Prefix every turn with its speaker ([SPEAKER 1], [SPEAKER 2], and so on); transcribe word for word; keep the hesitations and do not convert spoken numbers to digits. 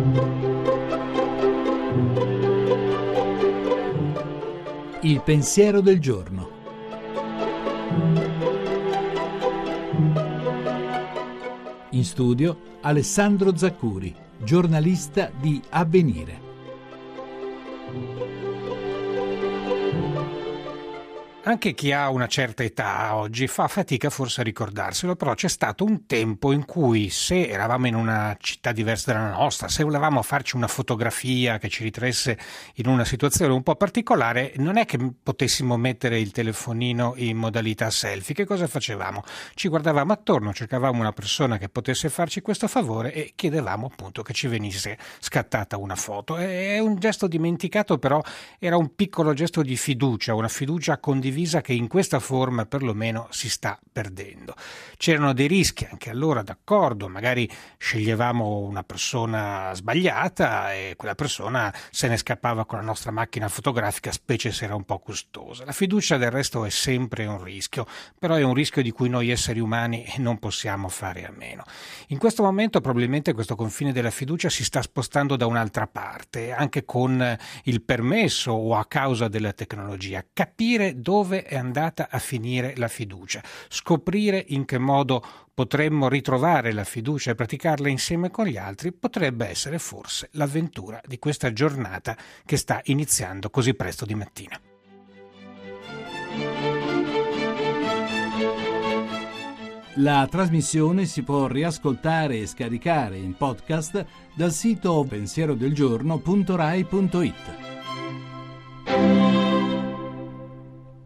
[SPEAKER 1] Il pensiero del giorno. In studio Alessandro Zaccuri, giornalista di Avvenire.
[SPEAKER 2] Anche chi ha una certa età oggi fa fatica forse a ricordarselo, però c'è stato un tempo in cui, se eravamo in una città diversa dalla nostra, se volevamo farci una fotografia che ci ritraesse in una situazione un po' particolare, non è che potessimo mettere il telefonino in modalità selfie. Che cosa facevamo? Ci guardavamo attorno, cercavamo una persona che potesse farci questo favore e chiedevamo appunto che ci venisse scattata una foto. È un gesto dimenticato, però era un piccolo gesto di fiducia, una fiducia condivisa che in questa forma perlomeno si sta perdendo. C'erano dei rischi anche allora, d'accordo, magari sceglievamo una persona sbagliata e quella persona se ne scappava con la nostra macchina fotografica, specie se era un po' costosa. La fiducia del resto è sempre un rischio, però è un rischio di cui noi esseri umani non possiamo fare a meno. In questo momento probabilmente questo confine della fiducia si sta spostando da un'altra parte, anche con il permesso o a causa della tecnologia. Capire dove è andata a finire la fiducia, scoprire in che modo potremmo ritrovare la fiducia e praticarla insieme con gli altri potrebbe essere forse l'avventura di questa giornata che sta iniziando così presto di mattina.
[SPEAKER 1] La trasmissione si può riascoltare e scaricare in podcast dal sito pensierodelgiorno punto rai punto it.